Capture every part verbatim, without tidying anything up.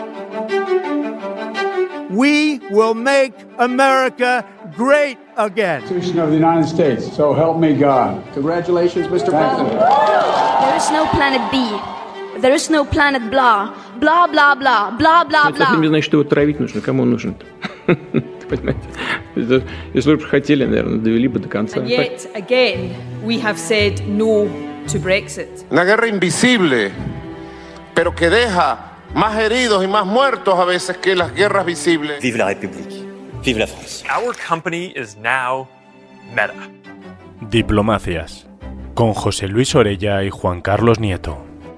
We will make America great again. Constitution of the United States. So help me God. Congratulations, Mister President. There is no planet B. There is no planet blah. Blah, blah, blah. Blah, blah, blah. Это не значит, что его травить нужно. Кому он нужен-то? Понимаете? Если бы хотели, наверное, довели бы до конца. And yet, again, we have said no to Brexit. Una guerra invisible, pero que deja más heridos y más muertos a veces que las guerras visibles. Vive la République. Vive la France. Our company is now Meta. Diplomacias, con José Luis Orella y Juan Carlos Nieto.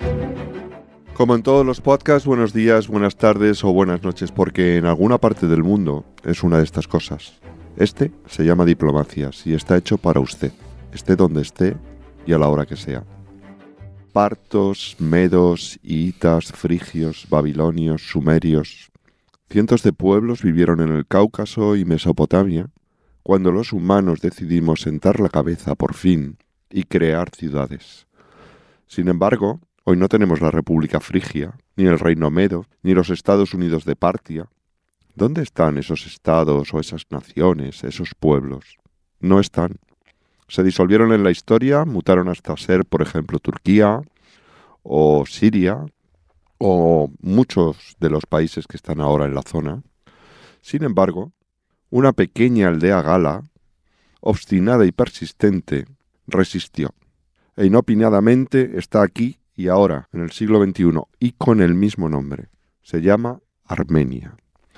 Como en todos los podcasts, buenos días, buenas tardes o buenas noches, porque en alguna parte del mundo es una de estas cosas. Este se llama Diplomacias y está hecho para usted, esté donde esté y a la hora que sea. Partos, medos, hiitas, frigios, babilonios, sumerios. Cientos de pueblos vivieron en el Cáucaso y Mesopotamia cuando los humanos decidimos sentar la cabeza por fin y crear ciudades. Sin embargo, hoy no tenemos la República Frigia, ni el Reino Medo, ni los Estados Unidos de Partia. ¿Dónde están esos estados o esas naciones, esos pueblos? No están. Se disolvieron en la historia, mutaron hasta ser, por ejemplo, Turquía o Siria o muchos de los países que están ahora en la zona. Sin embargo, una pequeña aldea gala, obstinada y persistente, resistió. E inopinadamente está aquí y ahora, en el siglo veintiuno, y con el mismo nombre. Se llama Armenia.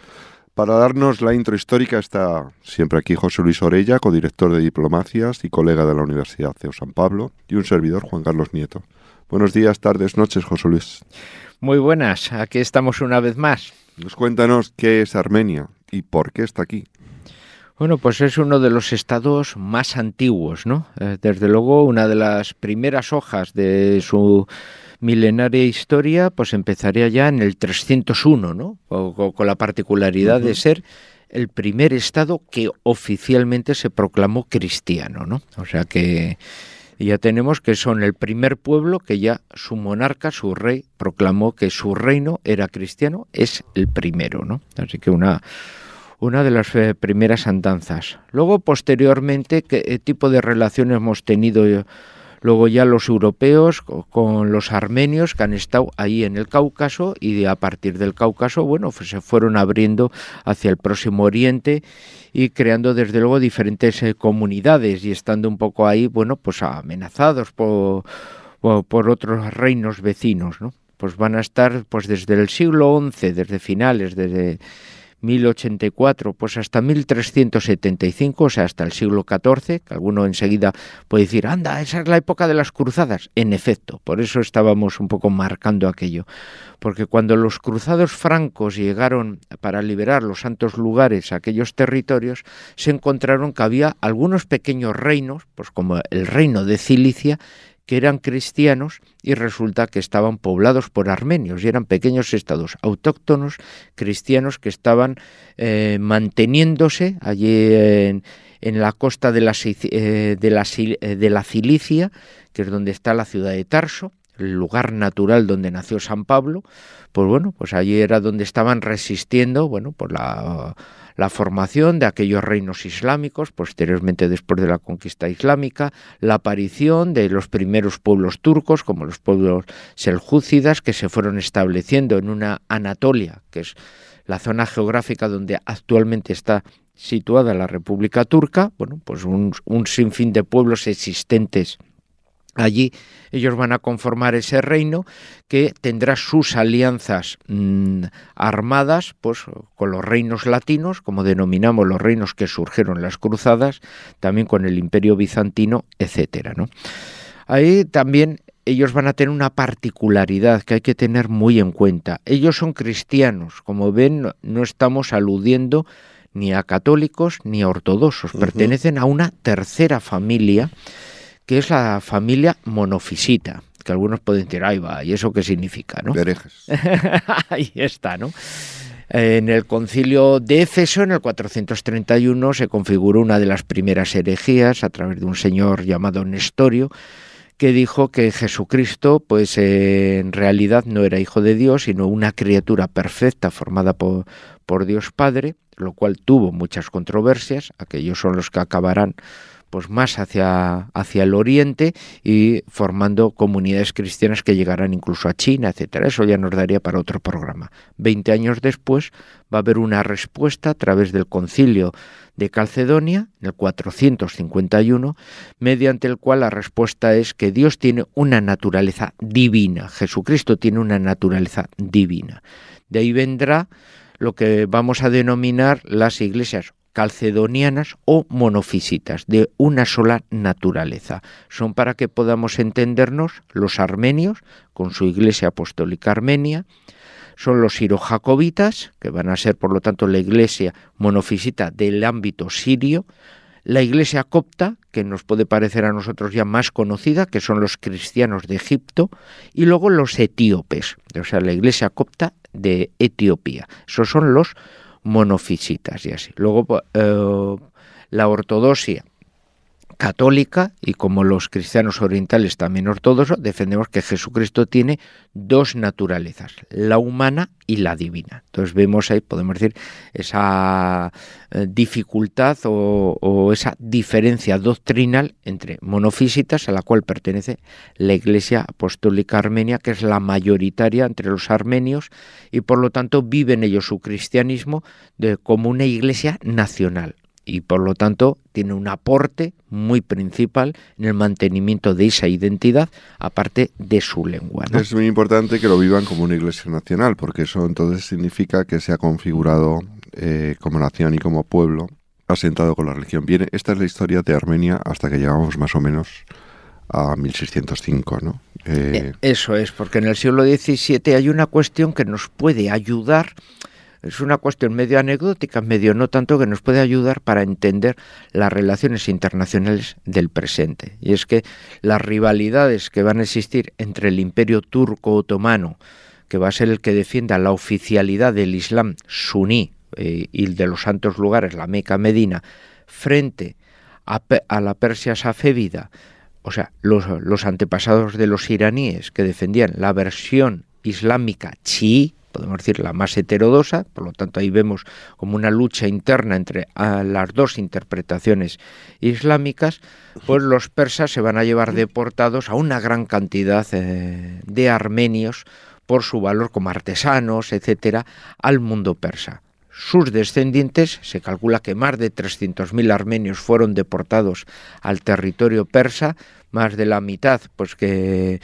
Para darnos la intro histórica está siempre aquí José Luis Orella, codirector de Diplomacias y colega de la Universidad C E U San Pablo, y un servidor, Juan Carlos Nieto. Buenos días, tardes, noches, José Luis. Muy buenas, aquí estamos una vez más. Pues cuéntanos qué es Armenia y por qué está aquí. Bueno, pues es uno de los estados más antiguos, ¿no? Eh, desde luego, una de las primeras hojas de su milenaria historia, pues empezaría ya en el trescientos uno, ¿no? Con, con la particularidad uh-huh. de ser el primer estado que oficialmente se proclamó cristiano, ¿no? O sea que ya tenemos que son el primer pueblo que ya su monarca, su rey, proclamó que su reino era cristiano, es el primero, ¿no? Así que una... Una de las eh, primeras andanzas. Luego, posteriormente, ¿qué tipo de relaciones hemos tenido eh, luego ya los europeos con, con los armenios que han estado ahí en el Cáucaso y de, a partir del Cáucaso, bueno, pues se fueron abriendo hacia el Próximo Oriente y creando desde luego diferentes eh, comunidades y estando un poco ahí, bueno, pues amenazados por, por, por otros reinos vecinos, ¿no? Pues van a estar pues desde el siglo once, desde finales, desde mil ochenta y cuatro, pues hasta mil trescientos setenta y cinco, o sea, hasta el siglo catorce, que alguno enseguida puede decir, anda, esa es la época de las cruzadas. En efecto, por eso estábamos un poco marcando aquello, porque cuando los cruzados francos llegaron para liberar los santos lugares, aquellos territorios, se encontraron que había algunos pequeños reinos, pues como el reino de Cilicia, que eran cristianos y resulta que estaban poblados por armenios y eran pequeños estados autóctonos cristianos que estaban eh, manteniéndose allí en, en la costa de la, eh, de, la, de la Cilicia, que es donde está la ciudad de Tarso, el lugar natural donde nació San Pablo. Pues bueno, pues allí era donde estaban resistiendo, bueno, por la... la formación de aquellos reinos islámicos, posteriormente después de la conquista islámica, la aparición de los primeros pueblos turcos, como los pueblos seljúcidas, que se fueron estableciendo en una Anatolia, que es la zona geográfica donde actualmente está situada la República Turca, bueno, pues un, un sinfín de pueblos existentes allí. Ellos van a conformar ese reino que tendrá sus alianzas mmm, armadas pues, con los reinos latinos, como denominamos los reinos que surgieron en las cruzadas, también con el Imperio Bizantino, etcétera, ¿no? Ahí también ellos van a tener una particularidad que hay que tener muy en cuenta. Ellos son cristianos, como ven, no estamos aludiendo ni a católicos ni a ortodoxos, uh-huh. pertenecen a una tercera familia, que es la familia monofisita, que algunos pueden decir, ahí va, ¿y eso qué significa, no? Herejes. Ahí está, ¿no? En el concilio de Éfeso, en el cuatrocientos treinta y uno, se configuró una de las primeras herejías a través de un señor llamado Nestorio, que que dijo que Jesucristo, pues eh, en realidad no era hijo de Dios, sino una criatura perfecta formada por, por Dios Padre, lo cual tuvo muchas controversias. Aquellos son los que acabarán pues más hacia, hacia el oriente y formando comunidades cristianas que llegarán incluso a China, etcétera. Eso ya nos daría para otro programa. Veinte años después va a haber una respuesta a través del Concilio de Calcedonia, en el cuatrocientos cincuenta y uno, mediante el cual la respuesta es que Dios tiene una naturaleza divina, Jesucristo tiene una naturaleza divina. De ahí vendrá lo que vamos a denominar las iglesias calcedonianas o monofisitas, de una sola naturaleza. Son, para que podamos entendernos, los armenios, con su iglesia apostólica armenia, son los siro-jacobitas, que van a ser, por lo tanto, la iglesia monofisita del ámbito sirio, la iglesia copta, que nos puede parecer a nosotros ya más conocida, que son los cristianos de Egipto, y luego los etíopes, o sea, la iglesia copta de Etiopía. Esos son los monofisitas y así. Luego eh, la ortodoxia católica, y como los cristianos orientales también ortodoxos, defendemos que Jesucristo tiene dos naturalezas, la humana y la divina. Entonces vemos ahí, podemos decir, esa eh, dificultad o, o esa diferencia doctrinal entre monofisitas, a la cual pertenece la Iglesia Apostólica Armenia, que es la mayoritaria entre los armenios, y por lo tanto viven ellos su cristianismo de, como una iglesia nacional. Y por lo tanto tiene un aporte muy principal en el mantenimiento de esa identidad, aparte de su lengua, ¿no? Es muy importante que lo vivan como una iglesia nacional, porque eso entonces significa que se ha configurado eh, como nación y como pueblo, asentado con la religión. Bien, esta es la historia de Armenia hasta que llegamos más o menos a mil seiscientos cinco, ¿no? Eh... Eso es, porque en el siglo diecisiete hay una cuestión que nos puede ayudar. Es una cuestión medio anecdótica, medio no tanto, que nos puede ayudar para entender las relaciones internacionales del presente. Y es que las rivalidades que van a existir entre el Imperio Turco Otomano, que va a ser el que defienda la oficialidad del Islam suní eh, y de los santos lugares, la Meca, Medina, frente a, a la Persia safávida, o sea, los, los antepasados de los iraníes que defendían la versión islámica chií, podemos decir la más heterodoxa, por lo tanto ahí vemos como una lucha interna entre a, las dos interpretaciones islámicas, pues los persas se van a llevar deportados a una gran cantidad eh, de armenios por su valor como artesanos, etcétera, al mundo persa. Sus descendientes, se calcula que más de trescientos mil armenios fueron deportados al territorio persa, más de la mitad pues que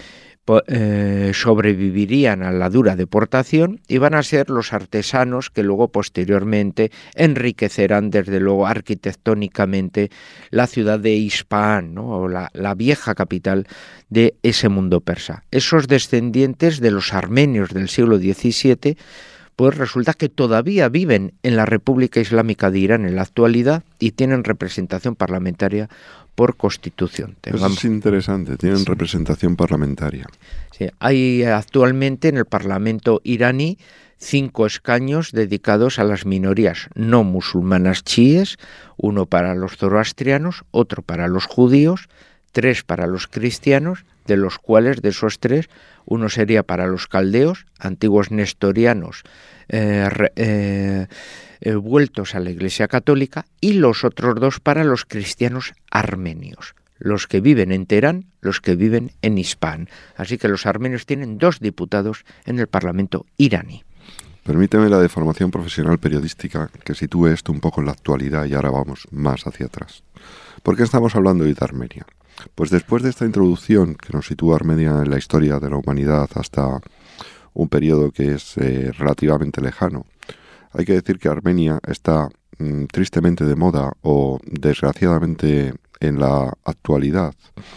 Eh, sobrevivirían a la dura deportación, y van a ser los artesanos que luego posteriormente enriquecerán desde luego arquitectónicamente la ciudad de Ispahan, ¿no? O la, la vieja capital de ese mundo persa. Esos descendientes de los armenios del siglo diecisiete pues resulta que todavía viven en la República Islámica de Irán en la actualidad y tienen representación parlamentaria por constitución. Tengamos... Eso es interesante, tienen sí. representación parlamentaria. Sí, hay actualmente en el Parlamento iraní cinco escaños dedicados a las minorías no musulmanas chiíes, uno para los zoroastrianos, otro para los judíos, tres para los cristianos, de los cuales, de esos tres, uno sería para los caldeos, antiguos nestorianos, eh, eh, eh, vueltos a la Iglesia Católica, y los otros dos para los cristianos armenios, los que viven en Teherán, los que viven en Ispahan. Así que los armenios tienen dos diputados en el Parlamento iraní. Permíteme la deformación profesional periodística que sitúe esto un poco en la actualidad, y ahora vamos más hacia atrás. ¿Por qué estamos hablando hoy de Armenia? Pues después de esta introducción que nos sitúa Armenia en la historia de la humanidad hasta un periodo que es eh, relativamente lejano, hay que decir que Armenia está mm, tristemente de moda, o desgraciadamente en la actualidad,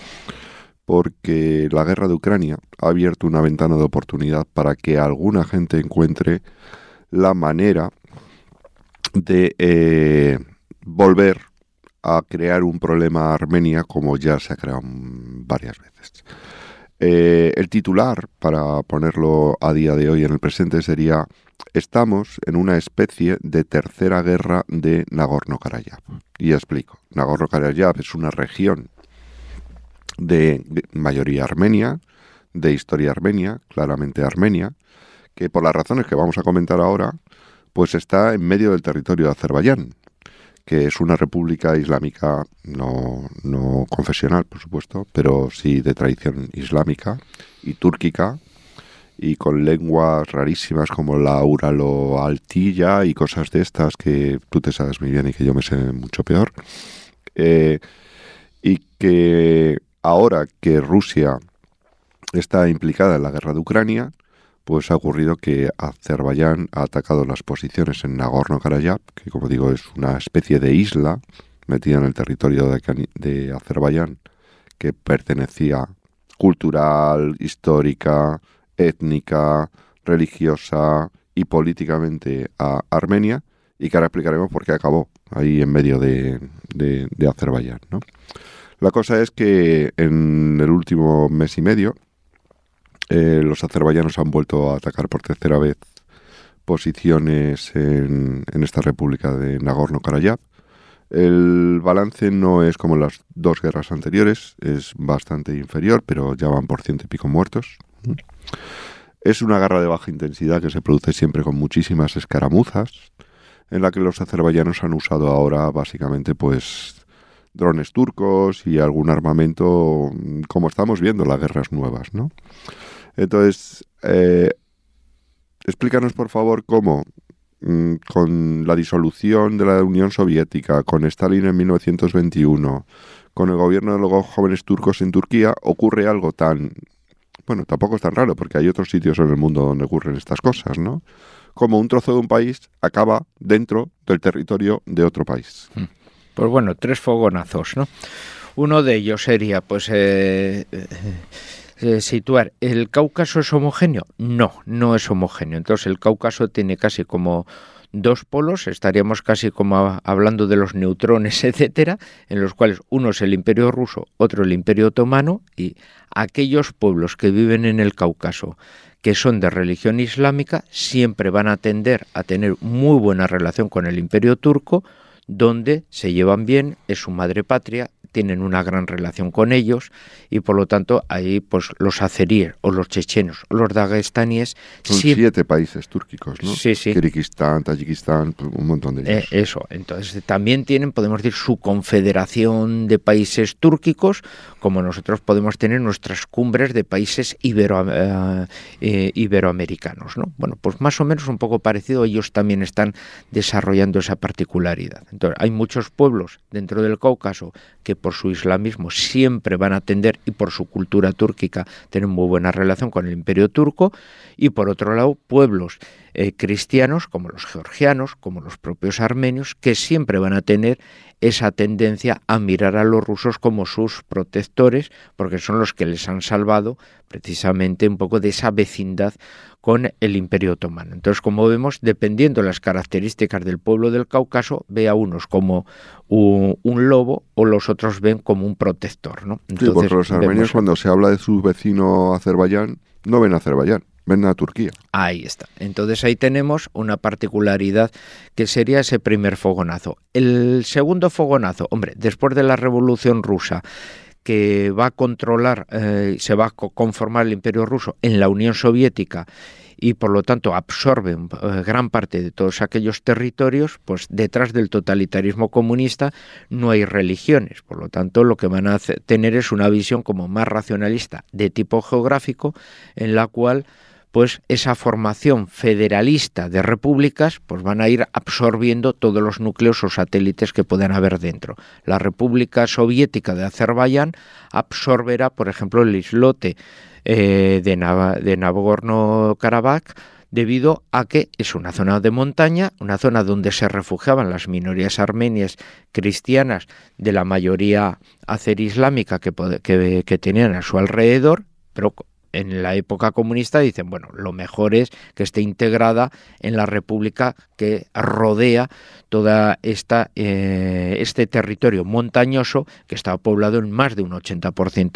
porque la guerra de Ucrania ha abierto una ventana de oportunidad para que alguna gente encuentre la manera de eh, volver a crear un problema a Armenia, como ya se ha creado varias veces. Eh, el titular, para ponerlo a día de hoy en el presente, sería: estamos en una especie de tercera guerra de Nagorno-Karabaj. Y explico. Nagorno-Karabaj es una región de, de mayoría armenia, de historia armenia, claramente armenia, que por las razones que vamos a comentar ahora, pues está en medio del territorio de Azerbaiyán, que es una república islámica no, no confesional, por supuesto, pero sí de tradición islámica y túrquica, y con lenguas rarísimas como la uralo-altilla y cosas de estas que tú te sabes muy bien y que yo me sé mucho peor. Eh, y que ahora que Rusia está implicada en la guerra de Ucrania, pues ha ocurrido que Azerbaiyán ha atacado las posiciones en Nagorno-Karabaj, que como digo es una especie de isla metida en el territorio de, de Azerbaiyán, que pertenecía cultural, histórica, étnica, religiosa y políticamente a Armenia, y que ahora explicaremos por qué acabó ahí en medio de, de, de Azerbaiyán, ¿no? La cosa es que en el último mes y medio eh, los azerbaiyanos han vuelto a atacar por tercera vez posiciones en, en esta república de Nagorno-Karabaj. El balance no es como las dos guerras anteriores, es bastante inferior, pero ya van por ciento y pico muertos. Es una guerra de baja intensidad que se produce siempre con muchísimas escaramuzas, en la que los azerbaiyanos han usado ahora básicamente pues drones turcos y algún armamento, como estamos viendo las guerras nuevas, ¿no? Entonces, eh, explícanos por favor cómo mmm, con la disolución de la Unión Soviética, con Stalin en mil novecientos veintiuno, con el gobierno de los jóvenes turcos en Turquía, ocurre algo tan... Bueno, tampoco es tan raro, porque hay otros sitios en el mundo donde ocurren estas cosas, ¿no? Como un trozo de un país acaba dentro del territorio de otro país. Pues bueno, tres fogonazos, ¿no? Uno de ellos sería, pues, eh, eh, situar, ¿el Cáucaso es homogéneo? No, no es homogéneo. Entonces el Cáucaso tiene casi como dos polos, estaríamos casi como hablando de los neutrones, etcétera, en los cuales uno es el Imperio Ruso, otro el Imperio Otomano, y aquellos pueblos que viven en el Cáucaso que son de religión islámica siempre van a tender a tener muy buena relación con el Imperio Turco, donde se llevan bien, es su madre patria, tienen una gran relación con ellos, y por lo tanto ahí pues los azeríes o los chechenos o los dagestaníes... Son siempre... siete países túrquicos, ¿no? Sí, sí. Kirguistán, Tayikistán, un montón de ellos. Eh, eso, entonces también tienen, podemos decir, su confederación de países túrquicos, como nosotros podemos tener nuestras cumbres de países ibero, eh, eh, iberoamericanos, ¿no? Bueno, pues más o menos un poco parecido, ellos también están desarrollando esa particularidad. Entonces hay muchos pueblos dentro del Cáucaso que por su islamismo siempre van a tender, y por su cultura túrquica tienen muy buena relación con el Imperio Turco, y por otro lado pueblos eh, cristianos como los georgianos, como los propios armenios, que siempre van a tener esa tendencia a mirar a los rusos como sus protectores, porque son los que les han salvado precisamente un poco de esa vecindad con el Imperio Otomano. Entonces, como vemos, dependiendo de las características del pueblo del Cáucaso, ve a unos como un, un lobo o los otros ven como un protector, ¿no? Entonces, sí, porque los armenios vemos... cuando se habla de su vecino Azerbaiyán, no ven a Azerbaiyán, ven a Turquía. Ahí está. Entonces ahí tenemos una particularidad que sería ese primer fogonazo. El segundo fogonazo, hombre, después de la Revolución Rusa, que va a controlar, eh, se va a conformar el Imperio Ruso en la Unión Soviética y por lo tanto absorben eh, gran parte de todos aquellos territorios, pues detrás del totalitarismo comunista no hay religiones, por lo tanto lo que van a hacer, tener es una visión como más racionalista de tipo geográfico, en la cual pues esa formación federalista de repúblicas pues van a ir absorbiendo todos los núcleos o satélites que puedan haber dentro. La República Soviética de Azerbaiyán absorberá, por ejemplo, el islote eh, de, Nav- de Nagorno-Karabaj, debido a que es una zona de montaña, una zona donde se refugiaban las minorías armenias cristianas de la mayoría azerí islámica que, que, que tenían a su alrededor, pero en la época comunista dicen, bueno, lo mejor es que esté integrada en la república que rodea toda esta eh, este territorio montañoso que está poblado en más de un ochenta por ciento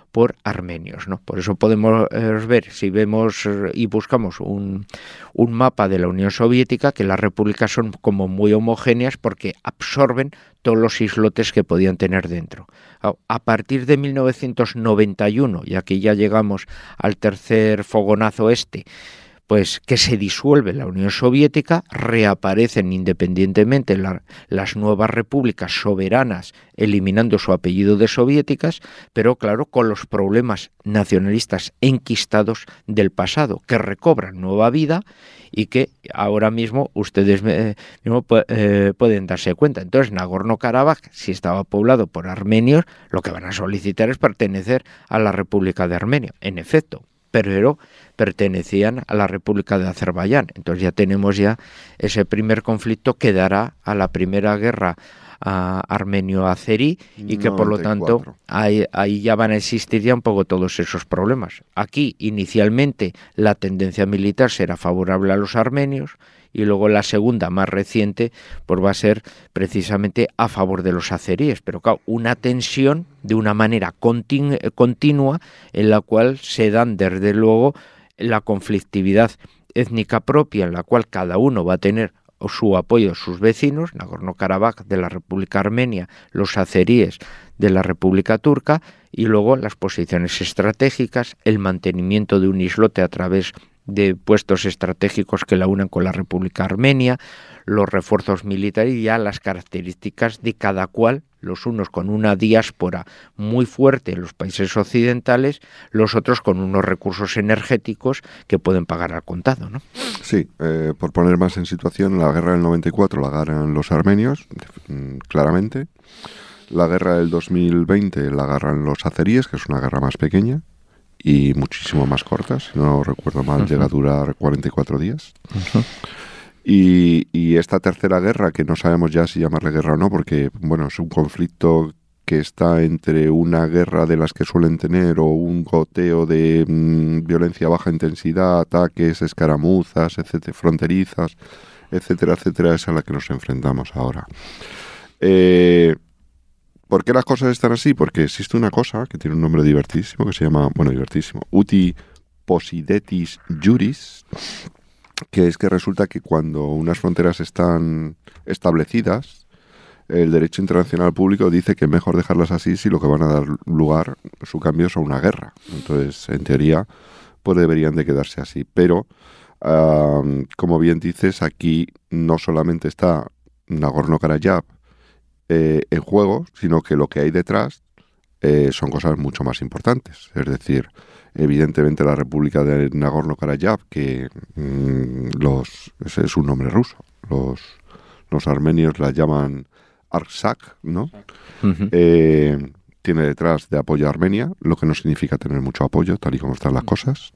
por armenios, ¿no? Por eso podemos eh, ver, si vemos eh, y buscamos un, un mapa de la Unión Soviética, que las repúblicas son como muy homogéneas porque absorben todos los islotes que podían tener dentro. A partir de mil novecientos noventa y uno, y aquí ya llegamos al tercer fogonazo este, pues que se disuelve la Unión Soviética, reaparecen independientemente la, las nuevas repúblicas soberanas, eliminando su apellido de soviéticas, pero claro, con los problemas nacionalistas enquistados del pasado, que recobran nueva vida y que ahora mismo ustedes eh, mismo, eh, pueden darse cuenta. Entonces, Nagorno-Karabaj, si estaba poblado por armenios, lo que van a solicitar es pertenecer a la República de Armenia, en efecto, pero pertenecían a la República de Azerbaiyán. Entonces ya tenemos ya ese primer conflicto que dará a la primera guerra uh, armenio-azerí y que por lo tanto ahí, ahí ya van a existir ya un poco todos esos problemas. Aquí inicialmente la tendencia militar será favorable a los armenios y luego la segunda, más reciente, pues va a ser precisamente a favor de los azeríes. Pero claro, una tensión de una manera continu- continua en la cual se dan desde luego la conflictividad étnica propia en la cual cada uno va a tener su apoyo a sus vecinos, Nagorno-Karabaj de la República Armenia, los azeríes de la República Turca, y luego las posiciones estratégicas, el mantenimiento de un islote a través de puestos estratégicos que la unan con la República Armenia, los refuerzos militares y ya las características de cada cual, los unos con una diáspora muy fuerte en los países occidentales, los otros con unos recursos energéticos que pueden pagar al contado, ¿no? Sí, eh, por poner más en situación, la guerra del noventa y cuatro la ganan los armenios, claramente. La guerra del dos mil veinte la ganan los azeríes, que es una guerra más pequeña y muchísimo más corta, si no recuerdo mal, uh-huh. llega a durar cuarenta y cuatro días. Uh-huh. Y, y esta tercera guerra, que no sabemos ya si llamarle guerra o no, porque bueno, es un conflicto que está entre una guerra de las que suelen tener o un goteo de mmm, violencia a baja intensidad, ataques, escaramuzas, etcétera, fronterizas, etcétera, etcétera, es a la que nos enfrentamos ahora. Eh... ¿Por qué las cosas están así? Porque existe una cosa que tiene un nombre divertísimo, que se llama, bueno, divertísimo, uti possidetis juris, que es que resulta que cuando unas fronteras están establecidas, el derecho internacional público dice que es mejor dejarlas así si lo que van a dar lugar, su cambio, es a una guerra. Entonces, en teoría, pues deberían de quedarse así. Pero, um, como bien dices, aquí no solamente está Nagorno-Karabaj, Eh, en juego, sino que lo que hay detrás eh, son cosas mucho más importantes. Es decir, evidentemente la República de Nagorno-Karabaj, que mmm, los ese es un nombre ruso, los, los armenios la llaman Artsakh, ¿no? Uh-huh. Eh, tiene detrás de apoyo a Armenia, lo que no significa tener mucho apoyo, tal y como están las cosas.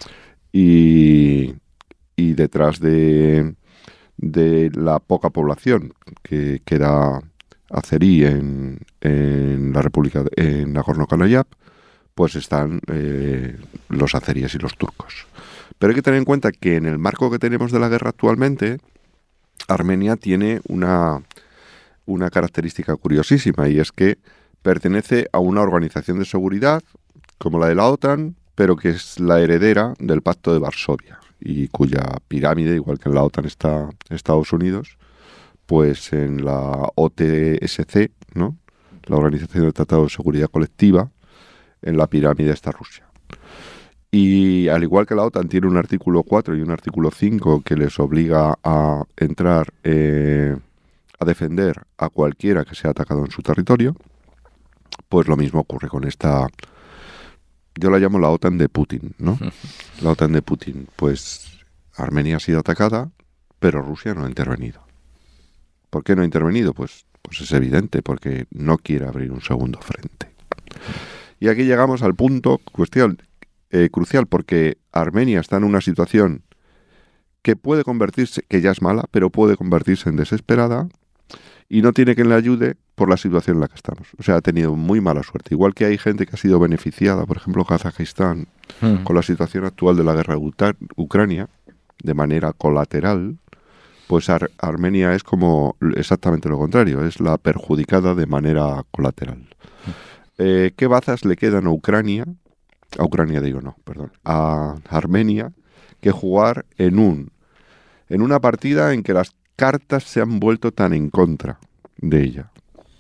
Y, y detrás de, de la poca población que queda azerí en, en la República de, en Nagorno-Karabaj, pues están eh, los azeríes y los turcos. Pero hay que tener en cuenta que en el marco que tenemos de la guerra actualmente, Armenia tiene una, una característica curiosísima, y es que pertenece a una organización de seguridad como la de la OTAN, pero que es la heredera del Pacto de Varsovia, y cuya pirámide, igual que en la OTAN está Estados Unidos, pues en la O T S C, ¿no?, la Organización del Tratado de Seguridad Colectiva, en la pirámide está Rusia. Y al igual que la OTAN tiene un artículo cuatro y un artículo cinco que les obliga a entrar eh, a defender a cualquiera que sea atacado en su territorio, pues lo mismo ocurre con esta, yo la llamo la OTAN de Putin, ¿no? La OTAN de Putin. Pues Armenia ha sido atacada, pero Rusia no ha intervenido. ¿Por qué no ha intervenido? Pues, pues es evidente, porque no quiere abrir un segundo frente. Y aquí llegamos al punto cuestión, eh, crucial, porque Armenia está en una situación que puede convertirse, que ya es mala, pero puede convertirse en desesperada, y no tiene quien le ayude por la situación en la que estamos. O sea, ha tenido muy mala suerte. Igual que hay gente que ha sido beneficiada, por ejemplo, Kazajistán, hmm. con la situación actual de la guerra de Ucrania, de manera colateral, pues Ar- Armenia es como exactamente lo contrario, es la perjudicada de manera colateral. eh, ¿qué bazas le quedan a Ucrania? A Ucrania digo, no, perdón. A Armenia, que jugar en un en una partida en que las cartas se han vuelto tan en contra de ella.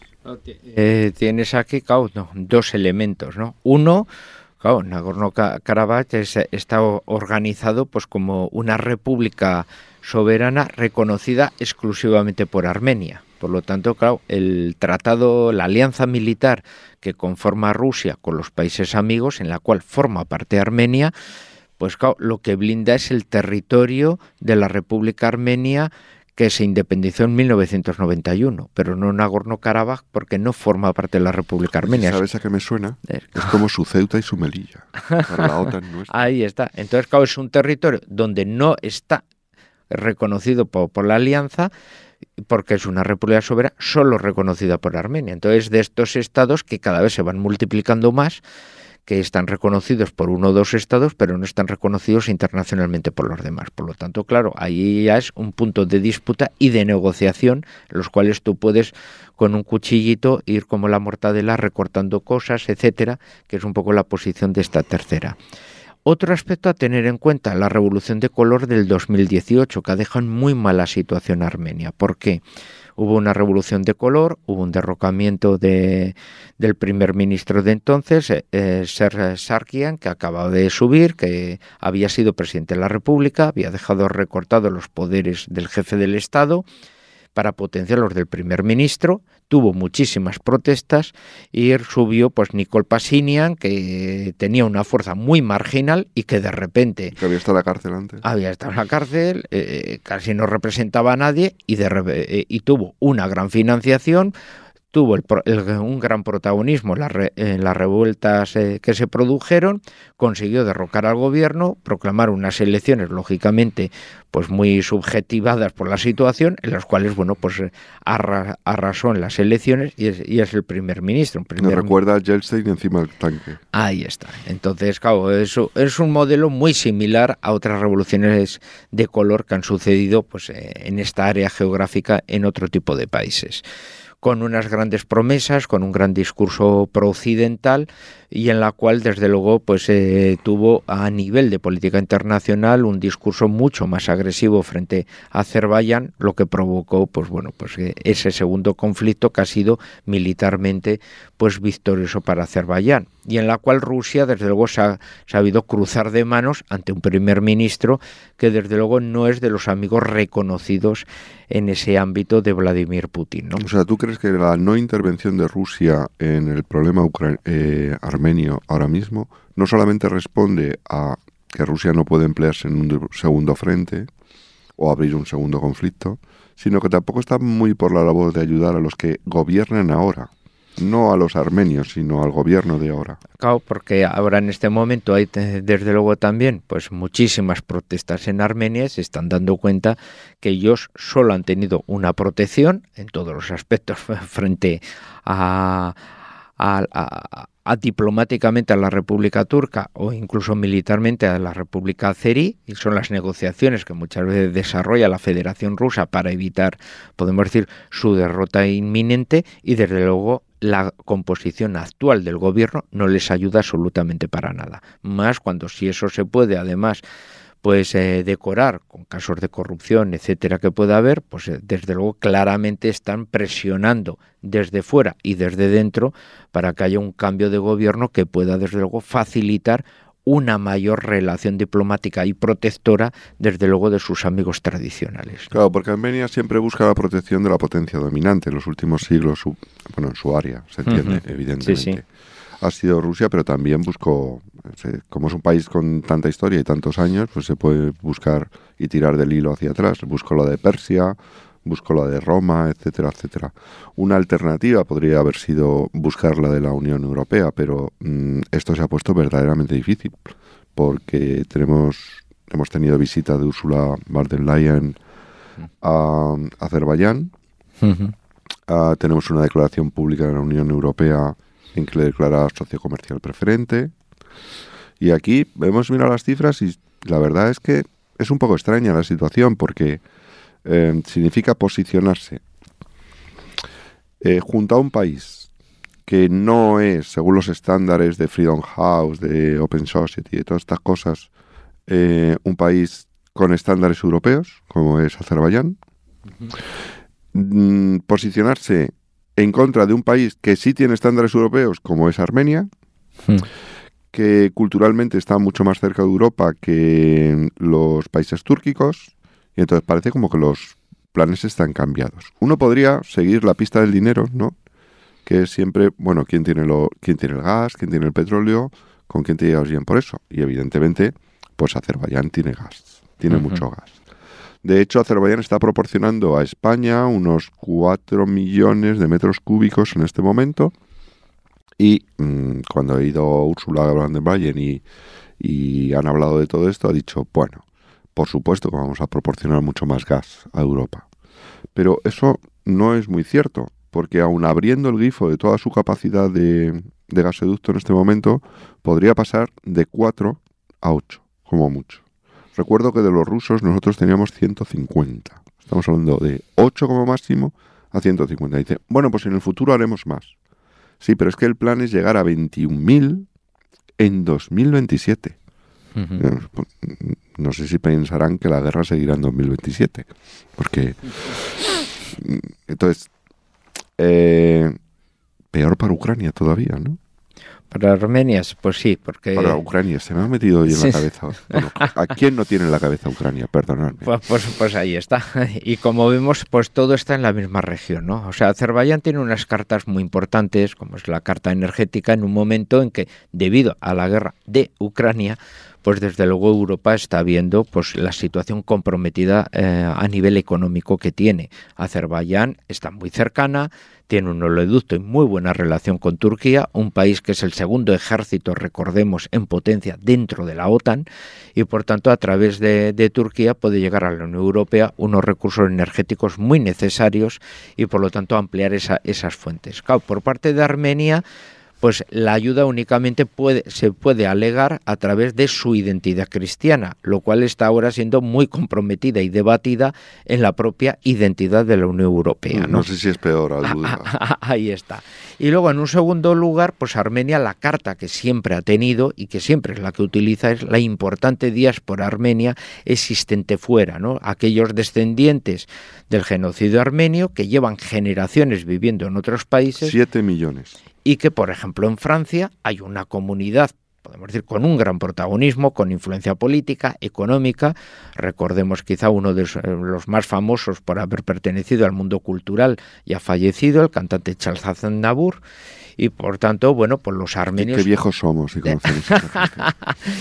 Eh, tienes aquí, claro, no, dos elementos, ¿no? Uno, claro, Nagorno-Karabaj es, está organizado pues como una república soberana reconocida exclusivamente por Armenia. Por lo tanto, claro, el tratado, la alianza militar que conforma Rusia con los países amigos, en la cual forma parte Armenia, pues claro, lo que blinda es el territorio de la República Armenia, que se independizó en mil novecientos noventa y uno, pero no Nagorno-Karabaj porque no forma parte de la República Armenia. ¿Sabes a qué me suena? Es como su Ceuta y su Melilla. Para la OTAN no está. Ahí está. Entonces, claro, es un territorio donde no está reconocido por, por la alianza, porque es una república soberana solo reconocida por Armenia. Entonces, de estos estados que cada vez se van multiplicando más, que están reconocidos por uno o dos estados, pero no están reconocidos internacionalmente por los demás. Por lo tanto, claro, ahí ya es un punto de disputa y de negociación, en los cuales tú puedes, con un cuchillito, ir como la mortadela recortando cosas, etcétera, que es un poco la posición de esta tercera. Otro aspecto a tener en cuenta, la revolución de color del dos mil dieciocho, que ha dejado en muy mala situación a Armenia. ¿Por qué? Hubo una revolución de color, hubo un derrocamiento de, del primer ministro de entonces, eh, Ser Sarkian, que acababa de subir, que había sido presidente de la República, había dejado recortados los poderes del jefe del Estado para potenciar los del primer ministro, tuvo muchísimas protestas y subió pues Nikol Pashinyan, que tenía una fuerza muy marginal y que de repente... Que había estado en la cárcel antes. Había estado en la cárcel, eh, casi no representaba a nadie y, de, eh, y tuvo una gran financiación, tuvo el, el, un gran protagonismo en, la re, en las revueltas eh, que se produjeron, consiguió derrocar al gobierno, proclamar unas elecciones, lógicamente, pues muy subjetivadas por la situación, en las cuales, bueno, pues arra, arrasó en las elecciones y es, y es el primer ministro. Primer Me recuerda a Yeltsin encima del tanque. Ahí está. Entonces, claro, eso es un modelo muy similar a otras revoluciones de color que han sucedido pues en esta área geográfica en otro tipo de países, con unas grandes promesas, con un gran discurso pro-occidental y en la cual, desde luego, pues eh, tuvo a nivel de política internacional un discurso mucho más agresivo frente a Azerbaiyán, lo que provocó, pues bueno, pues ese segundo conflicto que ha sido militarmente pues victorioso para Azerbaiyán y en la cual Rusia, desde luego, se ha sabido cruzar de manos ante un primer ministro que, desde luego, no es de los amigos reconocidos en ese ámbito de Vladimir Putin, ¿no? O sea, ¿tú crees que la no intervención de Rusia en el problema ucra- eh, armenio ahora mismo no solamente responde a que Rusia no puede emplearse en un segundo frente o abrir un segundo conflicto, sino que tampoco está muy por la labor de ayudar a los que gobiernan ahora? No a los armenios, sino al gobierno de ahora. Claro, porque ahora en este momento hay, desde luego también, pues muchísimas protestas en Armenia. Se están dando cuenta que ellos solo han tenido una protección en todos los aspectos frente a, a, a, a diplomáticamente a la República Turca o incluso militarmente a la República Azerí, y son las negociaciones que muchas veces desarrolla la Federación Rusa para evitar, podemos decir, su derrota inminente, y desde luego la composición actual del gobierno no les ayuda absolutamente para nada. Más cuando, si eso se puede, además, pues eh, decorar con casos de corrupción, etcétera, que pueda haber, pues eh, desde luego claramente están presionando desde fuera y desde dentro para que haya un cambio de gobierno que pueda, desde luego, facilitar una mayor relación diplomática y protectora, desde luego, de sus amigos tradicionales, ¿no? Claro, porque Armenia siempre busca la protección de la potencia dominante. En los últimos siglos, su, bueno, en su área, se entiende, uh-huh. evidentemente. Sí, sí. Ha sido Rusia, pero también buscó, como es un país con tanta historia y tantos años, pues se puede buscar y tirar del hilo hacia atrás. Buscó la de Persia, buscó la de Roma, etcétera, etcétera. Una alternativa podría haber sido buscar la de la Unión Europea, pero mmm, esto se ha puesto verdaderamente difícil, porque tenemos hemos tenido visita de Ursula von der Leyen a Azerbaiyán, uh-huh. uh, tenemos una declaración pública de la Unión Europea en que le declara socio comercial preferente, y aquí hemos mirado las cifras y la verdad es que es un poco extraña la situación, porque eh, significa posicionarse eh, junto a un país que no es, según los estándares de Freedom House, de Open Society, de todas estas cosas, eh, un país con estándares europeos, como es Azerbaiyán. Uh-huh. Mm, posicionarse en contra de un país que sí tiene estándares europeos, como es Armenia, uh-huh. que culturalmente está mucho más cerca de Europa que los países túrquicos, y entonces parece como que los planes están cambiados. Uno podría seguir la pista del dinero, ¿no? Que es siempre, bueno, ¿quién tiene, lo, quién tiene el gas? ¿Quién tiene el petróleo? ¿Con quién te llevas bien por eso? Y evidentemente, pues Azerbaiyán tiene gas, tiene uh-huh. mucho gas. De hecho, Azerbaiyán está proporcionando a España unos cuatro millones de metros cúbicos en este momento. Y mmm, cuando ha ido Ursula von der Leyen y, y han hablado de todo esto, ha dicho, bueno, por supuesto que vamos a proporcionar mucho más gas a Europa. Pero eso no es muy cierto, porque aun abriendo el grifo de toda su capacidad de, de gasoducto en este momento, podría pasar de cuatro a ocho, como mucho. Recuerdo que de los rusos nosotros teníamos ciento cincuenta. Estamos hablando de ocho como máximo a ciento cincuenta. Dice, bueno, pues en el futuro haremos más. Sí, pero es que el plan es llegar a veintiún mil en dos mil veintisiete. Uh-huh. No sé si pensarán que la guerra seguirá en dos mil veintisiete. Porque... Entonces... Eh, peor para Ucrania todavía, ¿no? Para Armenia, pues sí, porque... Para Ucrania, se me ha metido hoy en sí. la cabeza. Bueno, ¿a quién no tiene en la cabeza Ucrania? Perdonadme. Pues, pues, pues ahí está. Y como vemos, pues todo está en la misma región, ¿no? O sea, Azerbaiyán tiene unas cartas muy importantes, como es la carta energética, en un momento en que, debido a la guerra de Ucrania, pues desde luego Europa está viendo pues la situación comprometida eh, a nivel económico que tiene. Azerbaiyán está muy cercana, tiene un oleoducto y muy buena relación con Turquía, un país que es el segundo ejército, recordemos, en potencia dentro de la OTAN, y por tanto a través de, de Turquía puede llegar a la Unión Europea unos recursos energéticos muy necesarios y por lo tanto ampliar esa, esas fuentes. Claro, por parte de Armenia, pues la ayuda únicamente puede, se puede alegar a través de su identidad cristiana, lo cual está ahora siendo muy comprometida y debatida en la propia identidad de la Unión Europea, ¿no? No sé si es peor, a duda. Ahí está. Y luego, en un segundo lugar, pues Armenia, la carta que siempre ha tenido y que siempre es la que utiliza, es la importante diáspora armenia existente fuera, ¿no? Aquellos descendientes del genocidio armenio que llevan generaciones viviendo en otros países. Siete millones. Y que, por ejemplo, en Francia hay una comunidad, podemos decir, con un gran protagonismo, con influencia política, económica. Recordemos quizá uno de los más famosos por haber pertenecido al mundo cultural y ha fallecido, el cantante Charles Aznavour. Y por tanto, bueno, pues los armenios... Qué, qué viejos somos y conocemos a esa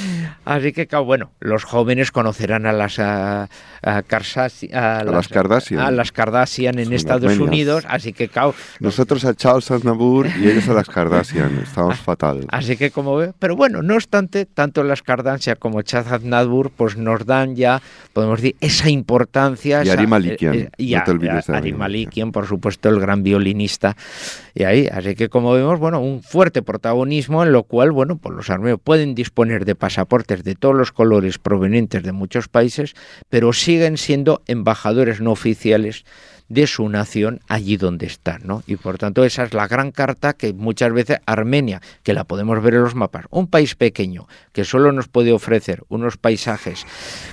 Así que, bueno, los jóvenes conocerán a las a, a, Karsasi, a, a las, las Kardashian, a las Kardashian en Son Estados armenias. Unidos, así que, claro... Nosotros a Charles Aznavour y ellos a las Kardashian, estamos fatal. Así que, como ve, pero bueno, no obstante, tanto las Kardashian como Charles Aznavour, pues nos dan ya, podemos decir, esa importancia... Y esa, Ari Malikian, eh, eh, no te olvides de Ari Malikian, por supuesto, el gran violinista, y ahí, así que, como vemos, bueno, un fuerte protagonismo en lo cual, bueno, pues los armenios pueden disponer de pasaportes de todos los colores provenientes de muchos países, pero siguen siendo embajadores no oficiales de su nación allí donde están, ¿no? Y por tanto esa es la gran carta que muchas veces Armenia, que la podemos ver en los mapas, un país pequeño que solo nos puede ofrecer unos paisajes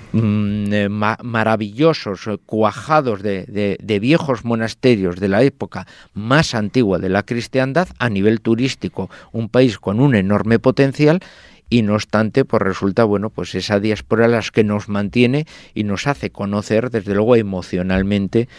mmm, ma- maravillosos, cuajados de, de, de viejos monasterios de la época más antigua de la cristiandad, a nivel turístico, un país con un enorme potencial. Y no obstante, pues resulta, bueno, pues esa diáspora las que nos mantiene y nos hace conocer, desde luego emocionalmente,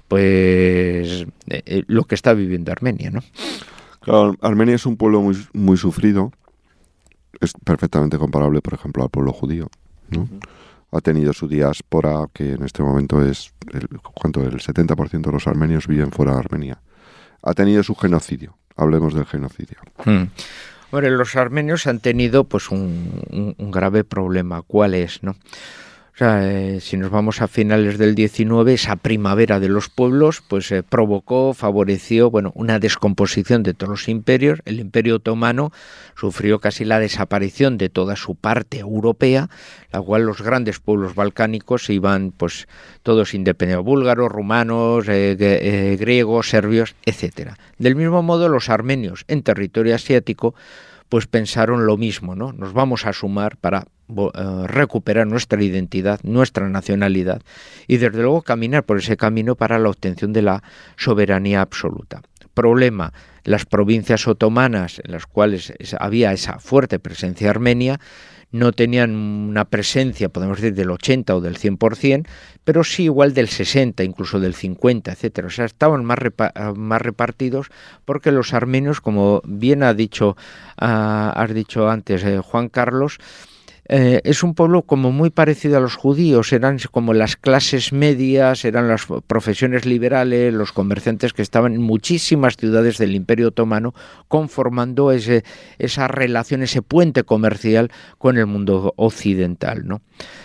pues eh, lo que está viviendo Armenia, ¿no? Claro, Armenia es un pueblo muy, muy sufrido, es perfectamente comparable, por ejemplo, al pueblo judío, ¿no? Uh-huh. Ha tenido su diáspora, que en este momento es, el, ¿cuánto? El setenta por ciento de los armenios viven fuera de Armenia. Ha tenido su genocidio, hablemos del genocidio. Hmm. Bueno, los armenios han tenido pues un, un, un grave problema. ¿Cuál es, no? O O sea, eh, si nos vamos a finales del diecinueve, esa primavera de los pueblos, pues eh, provocó, favoreció, bueno, una descomposición de todos los imperios. El Imperio Otomano sufrió casi la desaparición de toda su parte europea, la cual los grandes pueblos balcánicos iban, pues, todos independientes, búlgaros, rumanos, eh, eh, griegos, serbios, etcétera. Del mismo modo, los armenios en territorio asiático, pues pensaron lo mismo, ¿no? Nos vamos a sumar para uh, recuperar nuestra identidad, nuestra nacionalidad y desde luego caminar por ese camino para la obtención de la soberanía absoluta. Problema, las provincias otomanas en las cuales había esa fuerte presencia armenia no tenían una presencia, podemos decir, del ochenta o del cien por ciento, pero sí igual del sesenta, incluso del cincuenta, etcétera. O sea, estaban más, repa- más repartidos porque los armenios, como bien ha dicho, uh, has dicho antes, eh, Juan Carlos, Eh, es un pueblo como muy parecido a los judíos, eran como las clases medias, eran las profesiones liberales, los comerciantes que estaban en muchísimas ciudades del Imperio Otomano conformando ese, esa relación, ese puente comercial con el mundo occidental, ¿no?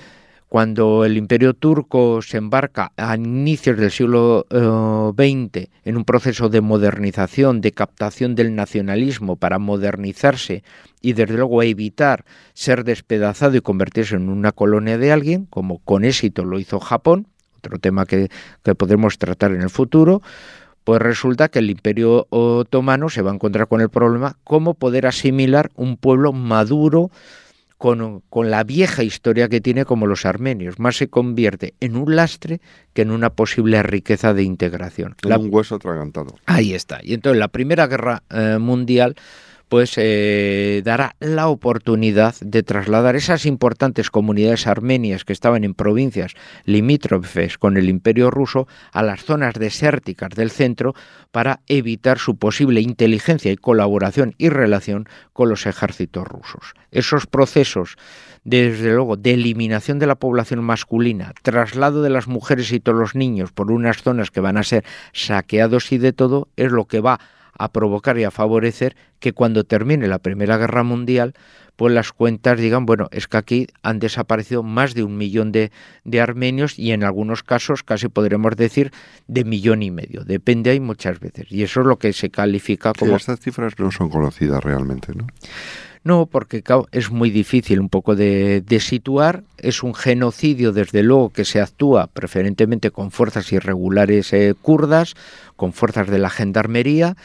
Cuando el Imperio Turco se embarca a inicios del siglo eh, veinte en un proceso de modernización, de captación del nacionalismo para modernizarse y desde luego evitar ser despedazado y convertirse en una colonia de alguien, como con éxito lo hizo Japón, otro tema que, que podremos tratar en el futuro, pues resulta que el Imperio Otomano se va a encontrar con el problema cómo poder asimilar un pueblo maduro, Con, con la vieja historia que tiene como los armenios, más se convierte en un lastre que en una posible riqueza de integración. La... Un hueso atragantado. Ahí está. Y entonces la Primera Guerra eh, Mundial pues eh, dará la oportunidad de trasladar esas importantes comunidades armenias que estaban en provincias limítrofes con el Imperio Ruso a las zonas desérticas del centro para evitar su posible inteligencia y colaboración y relación con los ejércitos rusos. Esos procesos, desde luego, de eliminación de la población masculina, traslado de las mujeres y todos los niños por unas zonas que van a ser saqueados y de todo, es lo que va a provocar y a favorecer que cuando termine la Primera Guerra Mundial, pues las cuentas digan, bueno, es que aquí han desaparecido más de un millón de, de armenios y en algunos casos casi podremos decir de millón y medio. Depende ahí muchas veces. Y eso es lo que se califica como... Sí, estas cifras no son conocidas realmente, ¿no? No, porque claro, es muy difícil un poco de, de situar. Es un genocidio, desde luego, que se actúa preferentemente con fuerzas irregulares eh, kurdas, con fuerzas de la gendarmería.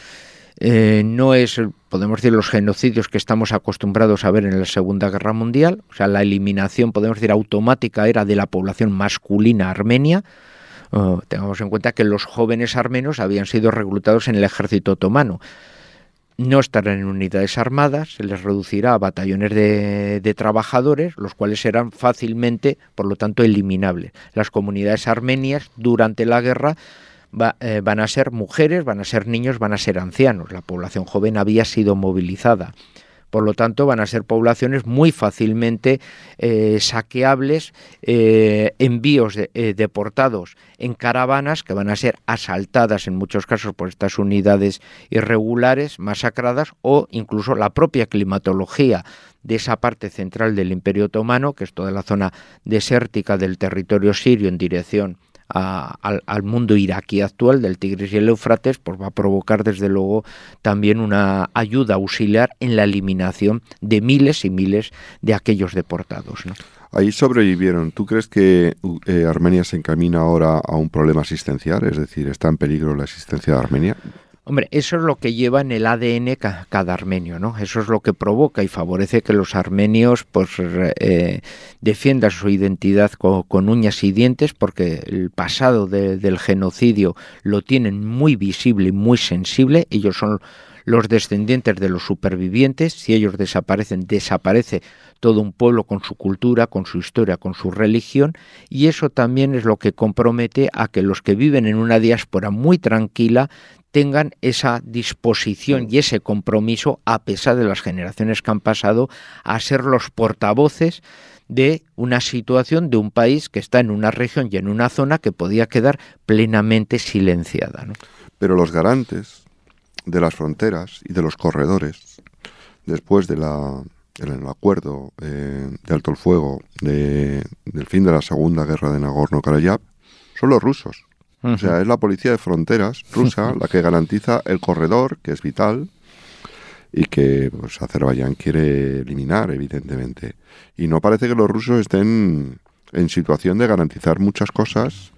Eh, no es, podemos decir, los genocidios que estamos acostumbrados a ver en la Segunda Guerra Mundial. O sea, la eliminación, podemos decir, automática era de la población masculina armenia. Uh, tengamos en cuenta que los jóvenes armenios habían sido reclutados en el ejército otomano. No estarán en unidades armadas, se les reducirá a batallones de, de trabajadores, los cuales serán fácilmente, por lo tanto, eliminables. Las comunidades armenias durante la guerra va, eh, van a ser mujeres, van a ser niños, van a ser ancianos. La población joven había sido movilizada. Por lo tanto, van a ser poblaciones muy fácilmente eh, saqueables, eh, envíos de, eh, deportados en caravanas que van a ser asaltadas en muchos casos por estas unidades irregulares, masacradas, o incluso la propia climatología de esa parte central del Imperio Otomano, que es toda la zona desértica del territorio sirio en dirección A, al, al mundo iraquí actual del Tigris y el Éufrates, pues va a provocar desde luego también una ayuda auxiliar en la eliminación de miles y miles de aquellos deportados, ¿no? Ahí sobrevivieron. ¿Tú crees que eh, Armenia se encamina ahora a un problema asistencial? Es decir, ¿está en peligro la existencia de Armenia? Hombre, eso es lo que lleva en el A D N ca- cada armenio, ¿no? Eso es lo que provoca y favorece que los armenios pues eh, defiendan su identidad con, con uñas y dientes, porque el pasado de, del genocidio lo tienen muy visible y muy sensible. Ellos son los descendientes de los supervivientes. Si ellos desaparecen, desaparece todo un pueblo con su cultura, con su historia, con su religión, y eso también es lo que compromete a que los que viven en una diáspora muy tranquila tengan esa disposición y ese compromiso, a pesar de las generaciones que han pasado, a ser los portavoces de una situación de un país que está en una región y en una zona que podía quedar plenamente silenciada, ¿no? Pero los garantes de las fronteras y de los corredores, después de la en el acuerdo eh, de alto el fuego de, del fin de la Segunda Guerra de Nagorno-Karabaj son los rusos. Uh-huh. O sea, es la policía de fronteras rusa la que garantiza el corredor, que es vital, y que pues, Azerbaiyán quiere eliminar, evidentemente. Y no parece que los rusos estén en situación de garantizar muchas cosas,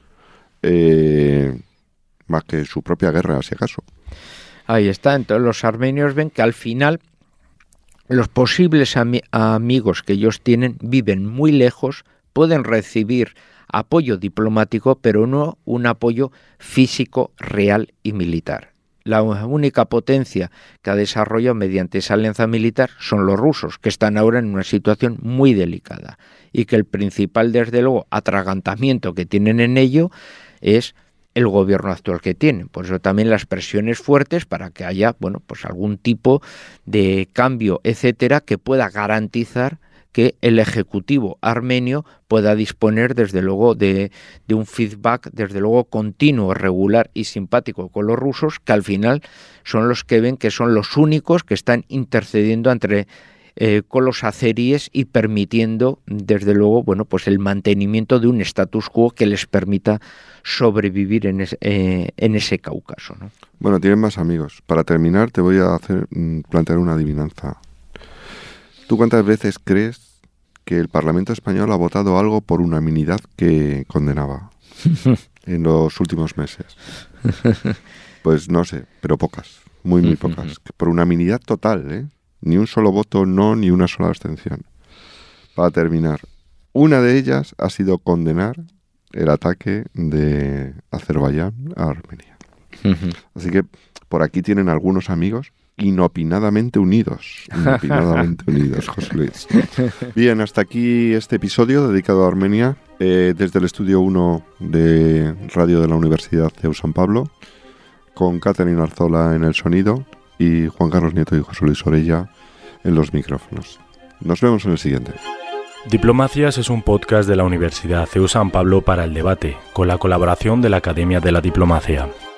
eh, más que su propia guerra, si acaso. Ahí está. Entonces los armenios ven que al final los posibles ami- amigos que ellos tienen viven muy lejos, pueden recibir apoyo diplomático, pero no un apoyo físico, real y militar. La única potencia que ha desarrollado mediante esa alianza militar son los rusos, que están ahora en una situación muy delicada y que el principal, desde luego, atragantamiento que tienen en ello es el gobierno actual que tienen. Por eso también las presiones fuertes para que haya, bueno, pues algún tipo de cambio, etcétera, que pueda garantizar que el Ejecutivo armenio pueda disponer, desde luego, de, de un feedback, desde luego, continuo, regular y simpático con los rusos, que al final son los que ven que son los únicos que están intercediendo entre eh, con los azeríes y permitiendo, desde luego, bueno, pues el mantenimiento de un status quo que les permita sobrevivir en, es, eh, en ese Cáucaso, ¿no? Bueno, tienen más amigos. Para terminar, te voy a hacer plantear una adivinanza. ¿Tú cuántas veces crees que el Parlamento español ha votado algo por unanimidad que condenaba en los últimos meses? Pues no sé, pero pocas, muy, muy pocas. Por unanimidad total, ¿eh? Ni un solo voto no, ni una sola abstención. Para terminar, una de ellas ha sido condenar el ataque de Azerbaiyán a Armenia. Así que por aquí tienen algunos amigos inopinadamente unidos. Inopinadamente unidos, José Luis. Bien, hasta aquí este episodio dedicado a Armenia, eh, desde el estudio uno de Radio de la Universidad C E U San Pablo, con Catherine Arzola en el sonido y Juan Carlos Nieto y José Luis Orella en los micrófonos. Nos vemos en el siguiente. Diplomacias es un podcast de la Universidad C E U San Pablo para el debate, con la colaboración de la Academia de la Diplomacia.